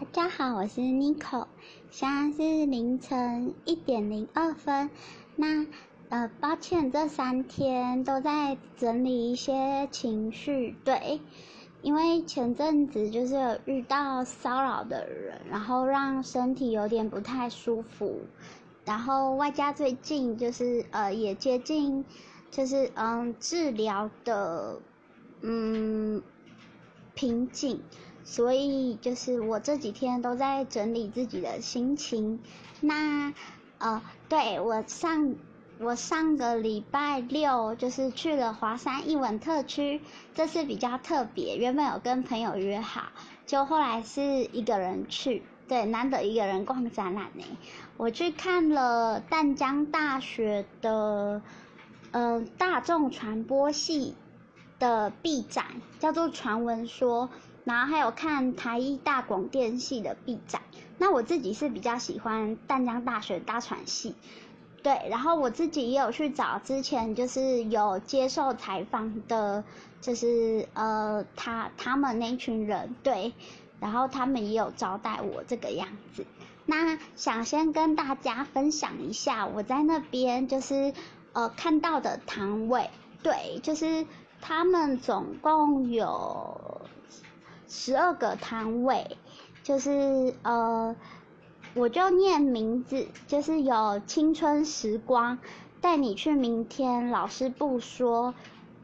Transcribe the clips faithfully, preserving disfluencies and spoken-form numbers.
大家好，我是 Nico， 现在是凌晨一点零二分。那呃，抱歉，这三天都在整理一些情绪，对，因为前阵子就是有遇到骚扰的人，然后让身体有点不太舒服，然后外加最近就是呃也接近就是嗯治疗的嗯瓶颈。所以就是我这几天都在整理自己的心情。那呃，对我上我上个礼拜六就是去了华山艺文特区，这次比较特别，原本有跟朋友约好，就后来是一个人去，对，难得一个人逛展览呢。我去看了淡江大学的呃大众传播系的毕展，叫做传闻说。然后还有看台艺大广电系的毕展，那我自己是比较喜欢淡江大学大传系，对，然后我自己也有去找之前就是有接受采访的，就是呃他他们那群人，对，然后他们也有招待我这个样子。那想先跟大家分享一下我在那边就是呃看到的摊位，对，就是他们总共有十二个摊位，就是呃，我就念名字，就是有青春时光，带你去明天，老师不说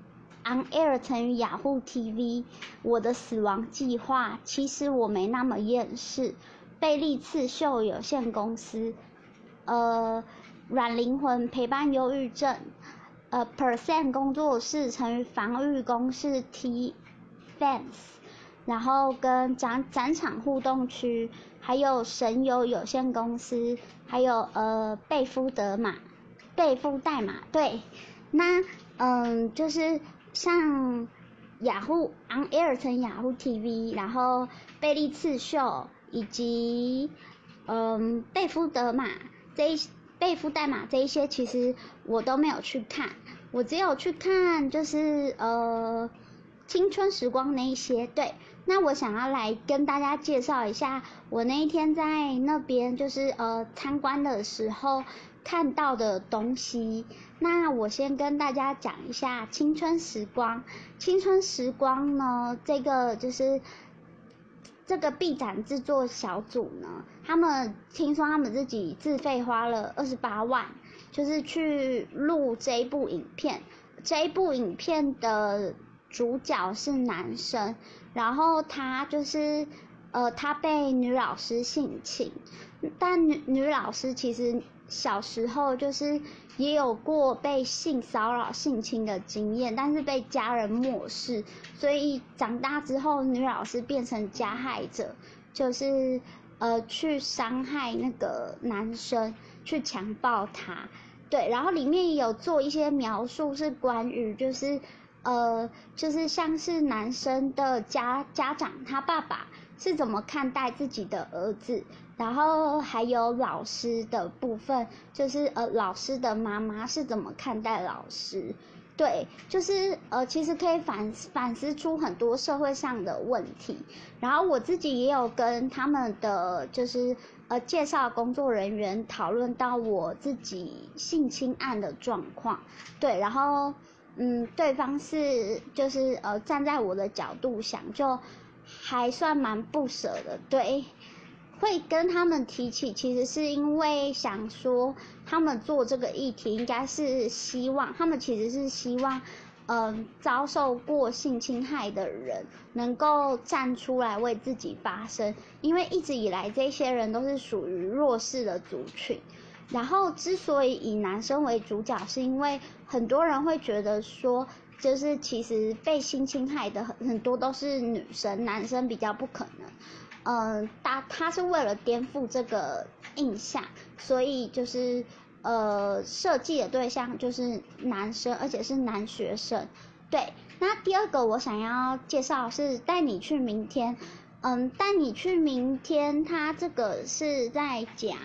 ，On Air 乘以雅虎 T V， 我的死亡计划，其实我没那么厌世，贝利刺绣有限公司，呃，软灵魂陪伴忧郁症，呃 ，Percent 工作室乘以防御公式 T Fans。然后跟展展场互动区，还有神游有限公司，还有呃贝夫德玛、贝夫代码，对，那嗯就是像雅虎 On Air 乘雅虎 T V， 然后贝利刺绣以及嗯贝夫德玛这一贝夫代码这一些，其实我都没有去看，我只有去看就是呃。青春时光那一些，对，那我想要来跟大家介绍一下，我那一天在那边就是呃参观的时候看到的东西。那我先跟大家讲一下青春时光。青春时光呢，这个就是这个毕展制作小组呢，他们听说他们自己自费花了二十八万，就是去录这一部影片。这一部影片的主角是男生，然后他就是呃他被女老师性侵，但女女老师其实小时候就是也有过被性骚扰性侵的经验，但是被家人漠视，所以长大之后女老师变成加害者，就是呃去伤害那个男生，去强暴他。对，然后里面也有做一些描述，是关于就是呃，就是像是男生的家家长，他爸爸是怎么看待自己的儿子，然后还有老师的部分，就是呃老师的妈妈是怎么看待老师。对，就是呃，其实可以反反思出很多社会上的问题。然后我自己也有跟他们的就是呃介绍工作人员讨论到我自己性侵案的状况。对，然后嗯，对方是就是呃站在我的角度想，就还算蛮不舍的。对。会跟他们提起，其实是因为想说，他们做这个议题应该是希望，他们其实是希望，嗯、呃，遭受过性侵害的人能够站出来为自己发声，因为一直以来这些人都是属于弱势的族群。然后之所以以男生为主角，是因为很多人会觉得说，就是其实被性侵害的很很多都是女生，男生比较不可能。嗯，他他是为了颠覆这个印象，所以就是呃设计的对象就是男生，而且是男学生。对，那第二个我想要介绍是带你去明天。嗯，带你去明天，他这个是在讲，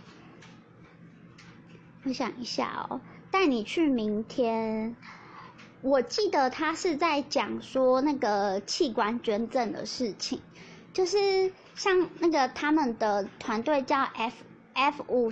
我想一下哦，带你去明天。我记得他是在讲说那个器官捐赠的事情。 就是像那个他们的团队叫 F F 五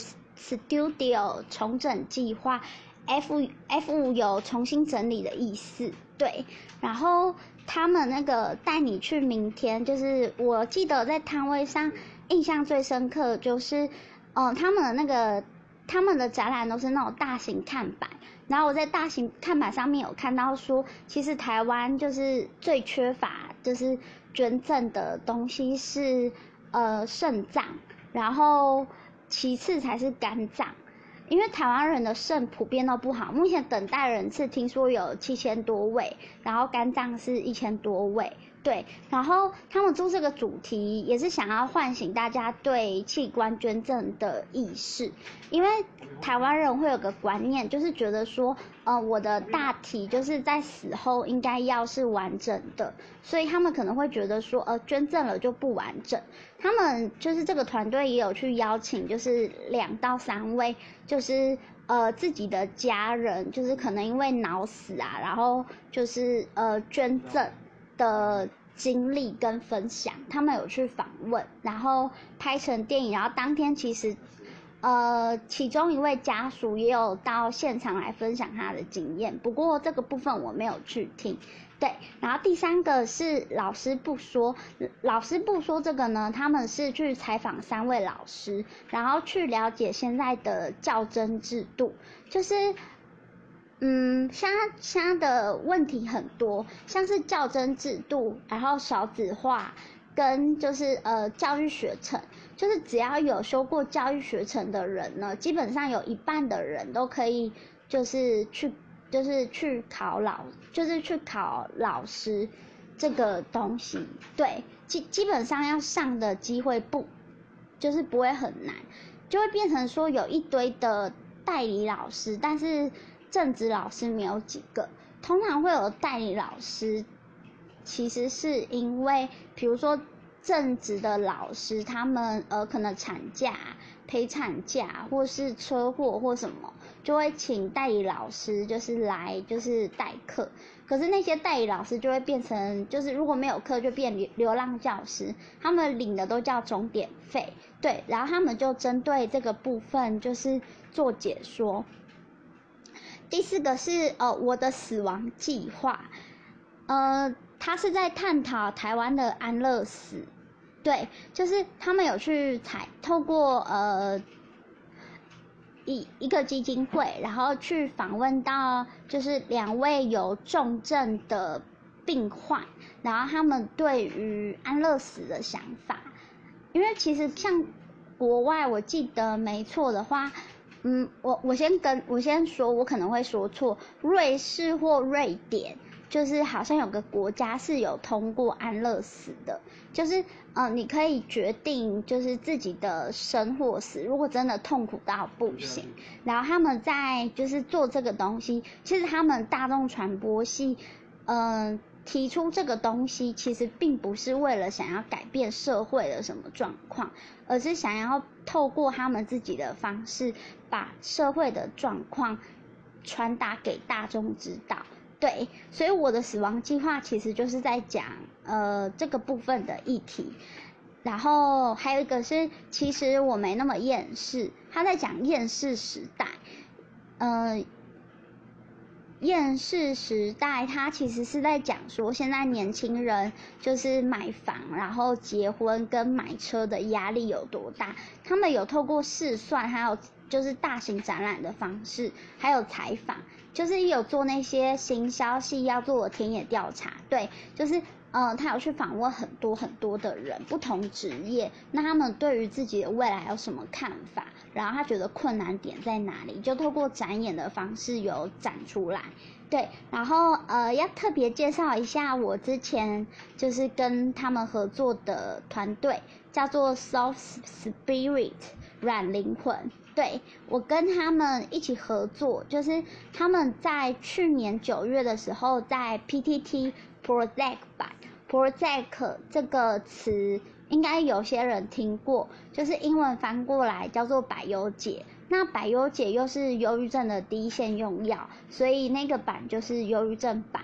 Studio 重整计划 ，F F 五有重新整理的意思，对。然后他们那个带你去明天，就是我记得在摊位上印象最深刻就是，嗯、呃，他们的那个他们的展览都是那种大型看板。然后我在大型看板上面有看到说，其实台湾就是最缺乏就是捐赠的东西是呃肾脏，然后其次才是肝脏，因为台湾人的肾普遍都不好，目前等待人次听说有七千多位，然后肝脏是一千多位。对，然后他们做这个主题也是想要唤醒大家对器官捐赠的意识，因为台湾人会有个观念，就是觉得说，呃，我的大体就是在死后应该要是完整的，所以他们可能会觉得说，呃，捐赠了就不完整。他们就是这个团队也有去邀请，就是两到三位，就是呃自己的家人，就是可能因为脑死啊，然后就是呃捐赠的经历跟分享，他们有去访问，然后拍成电影，然后当天其实，呃，其中一位家属也有到现场来分享他的经验，不过这个部分我没有去听。对，然后第三个是老师不说，老师不说这个呢，他们是去采访三位老师，然后去了解现在的教甄制度，就是。嗯，现在现在的问题很多，像是教甄制度，然后少子化，跟就是呃教育学程，就是只要有修过教育学程的人呢，基本上有一半的人都可以就是去就是去考老，就是去考老师这个东西，对，基基本上要上的机会不就是不会很难，就会变成说有一堆的代理老师，但是。正职老师没有几个，通常会有代理老师，其实是因为，比如说正职的老师，他们呃可能产假、陪产假，或是车祸或什么，就会请代理老师就是来就是代课。可是那些代理老师就会变成，就是如果没有课就变流流浪教师，他们领的都叫钟点费，对，然后他们就针对这个部分就是做解说。第四个是呃我的死亡计划，呃，他是在探讨台湾的安乐死，对，就是他们有去采透过呃一一个基金会，然后去访问到就是两位有重症的病患，然后他们对于安乐死的想法，因为其实像国外，我记得没错的话。嗯，我我先跟我先说，我可能会说错，瑞士或瑞典，就是好像有个国家是有通过安乐死的，就是呃，你可以决定就是自己的生或死，如果真的痛苦到不行，然后他们在就是做这个东西，其实他们大众传播系，嗯、呃。提出这个东西其实并不是为了想要改变社会的什么状况，而是想要透过他们自己的方式把社会的状况传达给大众知道。对，所以我的死亡计划其实就是在讲呃这个部分的议题。然后还有一个是其实我没那么厌世，他在讲厌世时代，呃厌世时代，它其实是在讲说，现在年轻人就是买房，然后结婚跟买车的压力有多大。他们有透过试算，还有就是大型展览的方式，还有采访，就是有做那些行销系要做的田野调查。对，就是呃，他有去访问很多很多的人，不同职业，那他们对于自己的未来有什么看法？然后他觉得困难点在哪里，就透过展演的方式有展出来。对，然后呃要特别介绍一下我之前就是跟他们合作的团队，叫做 Soft Spirit 软灵魂。对，我跟他们一起合作，就是他们在去年九月的时候，在 P T T Project 版 Project 这个词。应该有些人听过，就是英文翻过来叫做百忧解。那百忧解又是忧郁症的第一线用药，所以那个版就是忧郁症版。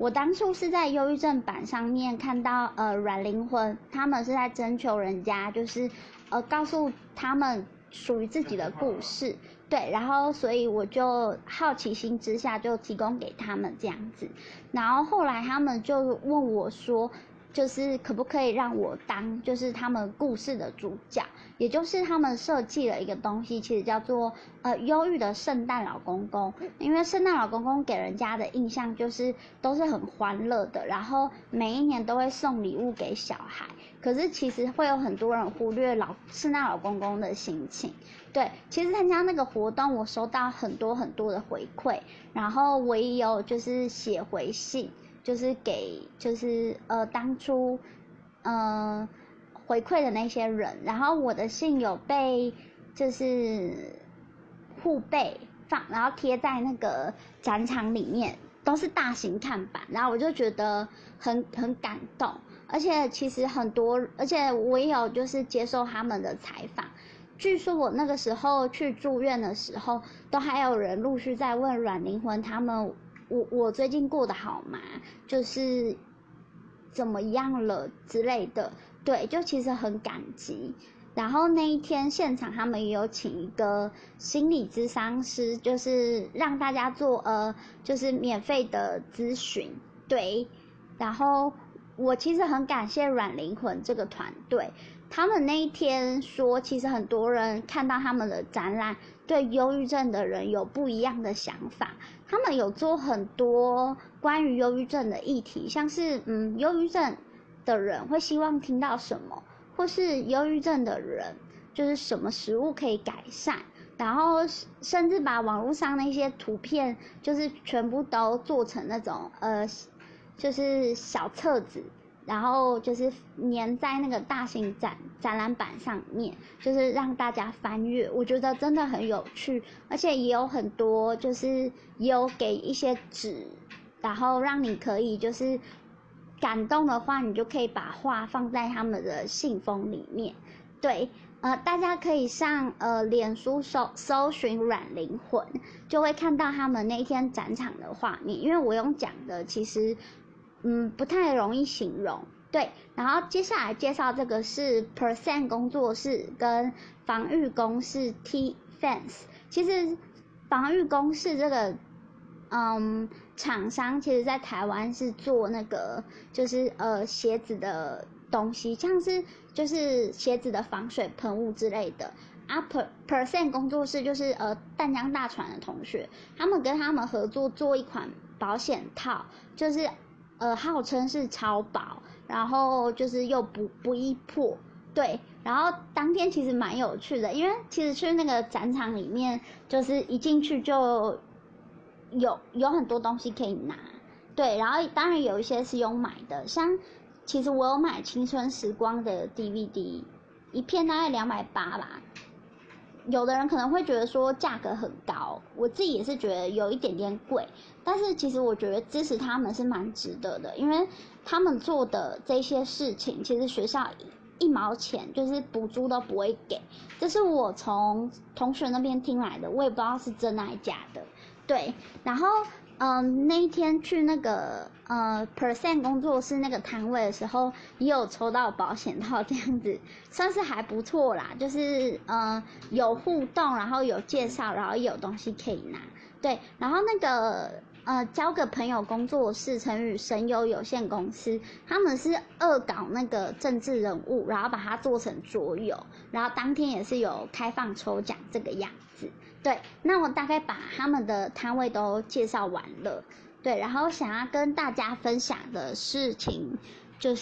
我当初是在忧郁症版上面看到，呃，软灵魂他们是在征求人家，就是呃告诉他们属于自己的故事，对，然后所以我就好奇心之下就提供给他们这样子，然后后来他们就问我说，就是可不可以让我当就是他们故事的主角，也就是他们设计了一个东西，其实叫做呃忧郁的圣诞老公公，因为圣诞老公公给人家的印象就是都是很欢乐的，然后每一年都会送礼物给小孩，可是其实会有很多人忽略老圣诞老公公的心情。对，其实参加那个活动，我收到很多很多的回馈，然后我也有就是写回信。就是给就是呃当初呃回馈的那些人，然后我的信有被就是护背放，然后贴在那个展场里面，都是大型看板，然后我就觉得很很感动，而且其实很多，而且我也有就是接受他们的采访。据说我那个时候去住院的时候，都还有人陆续在问软灵魂他们。我我最近过得好吗？就是怎么样了之类的，对，就其实很感激。然后那一天现场他们也有请一个心理咨商师，就是让大家做呃就是免费的咨询，对。然后我其实很感谢软灵魂这个团队，他们那一天说，其实很多人看到他们的展览，对忧郁症的人有不一样的想法。他们有做很多关于忧郁症的议题，像是嗯，忧郁症的人会希望听到什么，或是忧郁症的人就是什么食物可以改善，然后甚至把网络上那些图片，就是全部都做成那种呃，就是小册子。然后就是粘在那个大型展展览板上面，就是让大家翻阅，我觉得真的很有趣，而且也有很多就是也有给一些纸，然后让你可以就是感动的话，你就可以把画放在他们的信封里面。对，呃，大家可以上呃脸书搜搜寻软灵魂，就会看到他们那天展场的画面，因为我用讲的其实。嗯，不太容易形容，对。然后接下来介绍这个是 Percent 工作室跟防御公式 T Fans。其实防御公式这个嗯厂商，其实在台湾是做那个就是呃鞋子的东西，像是就是鞋子的防水喷雾之类的。啊 per percent 工作室就是呃淡江大传的同学，他们跟他们合作做一款保险套，就是。呃，号称是超薄，然后就是又不不易破，对。然后当天其实蛮有趣的，因为其实去那个展场里面，就是一进去就有有很多东西可以拿，对。然后当然有一些是用买的，像其实我有买《青春时光》的 D V D， 一片大概两百八吧。有的人可能会觉得说价格很高，我自己也是觉得有一点点贵，但是其实我觉得支持他们是蛮值得的，因为他们做的这些事情，其实学校一毛钱就是补助都不会给，这是我从同学那边听来的，我也不知道是真的还是假的，对。然后嗯，那一天去那个呃 Percent 工作室那个摊位的时候，也有抽到保险套，这样子算是还不错啦。就是呃有互动，然后有介绍，然后也有东西可以拿。对，然后那个呃交个朋友工作室成语神游有限公司，他们是恶搞那个政治人物，然后把它做成桌游，然后当天也是有开放抽奖这个样子。对，那我大概把他们的摊位都介绍完了，对，然后想要跟大家分享的事情就是，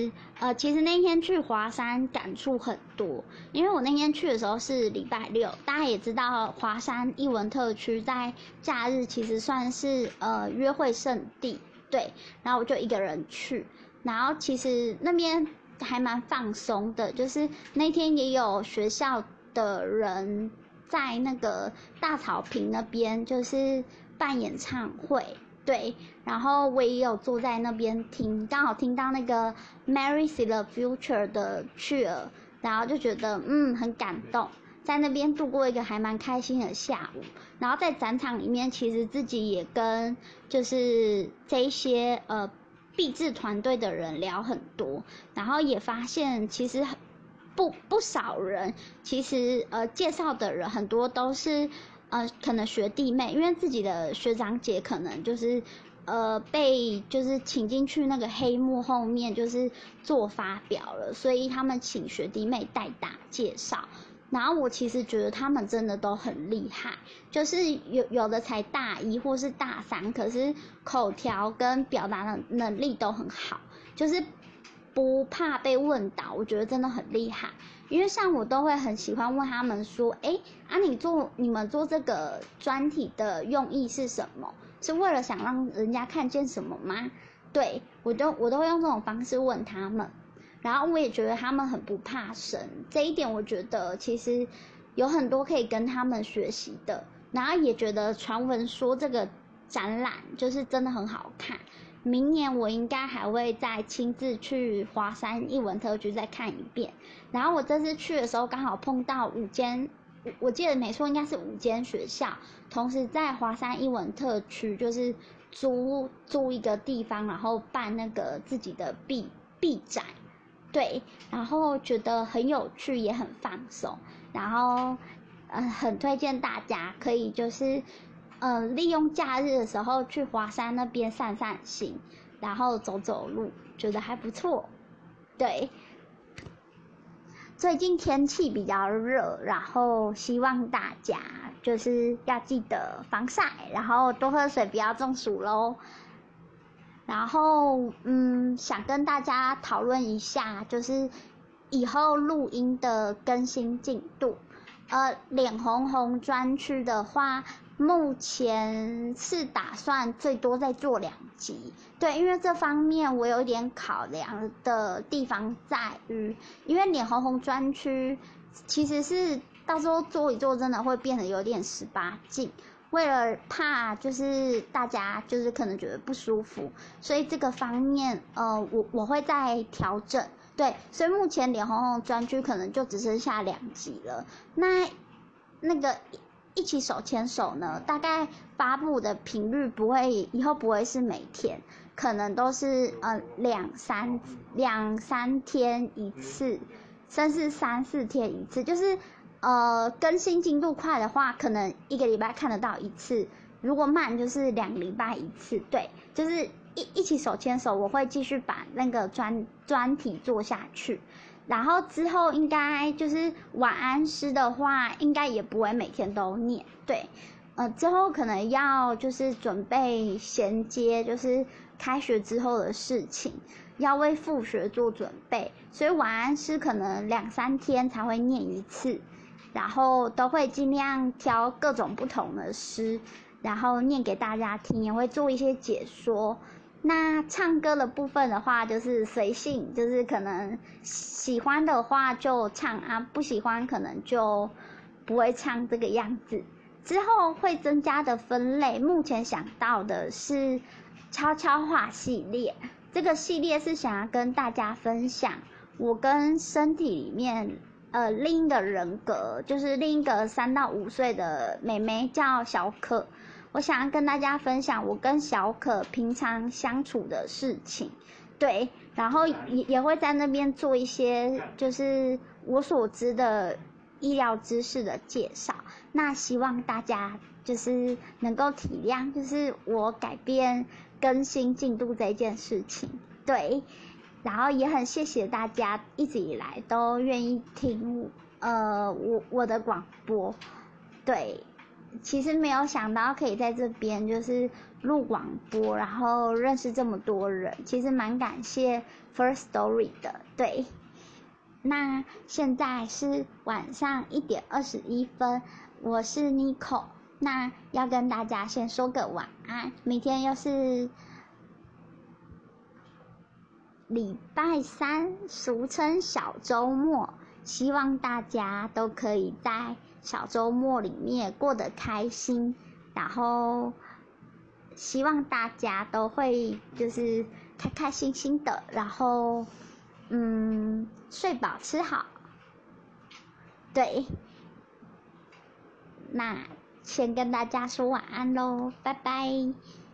呃，其实那天去华山感触很多，因为我那天去的时候是礼拜六，大家也知道华山艺文特区在假日其实算是呃约会圣地，对，然后我就一个人去，然后其实那边还蛮放松的，就是那天也有学校的人。在那个大草坪那边就是办演唱会，对，然后我也有坐在那边听，刚好听到那个 Mary See the Future 的曲儿，然后就觉得嗯很感动。 在那边度过一个还蛮开心的下午。然后在展场里面，其实自己也跟就是这一些呃毕制团队的人聊很多，然后也发现其实不不少人，其实呃介绍的人很多都是呃可能学弟妹，因为自己的学长姐可能就是呃被就是请进去那个黑幕后面就是做发表了，所以他们请学弟妹代打介绍。然后我其实觉得他们真的都很厉害，就是有有的才大一或是大三，可是口条跟表达的能力都很好，就是不怕被问倒，我觉得真的很厉害。因为像我都会很喜欢问他们说，哎，啊你做你们做这个专题的用意是什么？是为了想让人家看见什么吗？对，我都我都会用这种方式问他们。然后我也觉得他们很不怕生，这一点我觉得其实有很多可以跟他们学习的。然后也觉得传闻说这个展览就是真的很好看，明年我应该还会再亲自去华山艺文特区再看一遍。然后我这次去的时候刚好碰到五间，我记得没错应该是五间学校，同时在华山艺文特区就是租租一个地方，然后办那个自己的毕毕展。对，然后觉得很有趣，也很放松，然后，呃，很推荐大家可以就是，呃，利用假日的时候去华山那边散散心，然后走走路，觉得还不错。对，最近天气比较热，然后希望大家就是要记得防晒，然后多喝水，不要中暑咯。然后，嗯，想跟大家讨论一下，就是以后录音的更新进度。呃，脸红红专区的话，目前是打算最多再做两集。对，因为这方面我有点考量的地方在于，因为脸红红专区其实是到时候做一做，真的会变得有点十八禁。为了怕就是大家就是可能觉得不舒服，所以这个方面呃我我会再调整。对，所以目前脸红红专区可能就只剩下两集了。那那个一起手牵手呢，大概发布的频率不会以后不会是每天，可能都是呃两三两三天一次，甚至三四天一次，就是呃，更新进度快的话，可能一个礼拜看得到一次；如果慢，就是两个礼拜一次。对，就是一一起手牵手，我会继续把那个专专题做下去。然后之后应该就是晚安诗的话，应该也不会每天都念。对，呃，之后可能要就是准备衔接，就是开学之后的事情，要为复学做准备，所以晚安诗可能两三天才会念一次。然后都会尽量挑各种不同的诗，然后念给大家听，也会做一些解说。那唱歌的部分的话，就是随性，就是可能喜欢的话就唱啊，不喜欢可能就不会唱这个样子。之后会增加的分类，目前想到的是悄悄话系列。这个系列是想要跟大家分享我跟身体里面呃，另一个人格，就是另一个三到五岁的妹妹叫小可，我想要跟大家分享我跟小可平常相处的事情。对，然后也也会在那边做一些就是我所知的医疗知识的介绍。那希望大家就是能够体谅，就是我改变更新进度这件事情。对。然后也很谢谢大家一直以来都愿意听呃我我的广播。对，其实没有想到可以在这边就是录广播，然后认识这么多人，其实蛮感谢 First Story 的。对，那现在是晚上一点二十一分，我是 Nico， 那要跟大家先说个晚安，明天又是礼拜三，俗称小周末，希望大家都可以在小周末里面过得开心，然后希望大家都会就是开开心心的，然后嗯睡饱吃好。对， 那先跟大家说晚安喽，拜拜。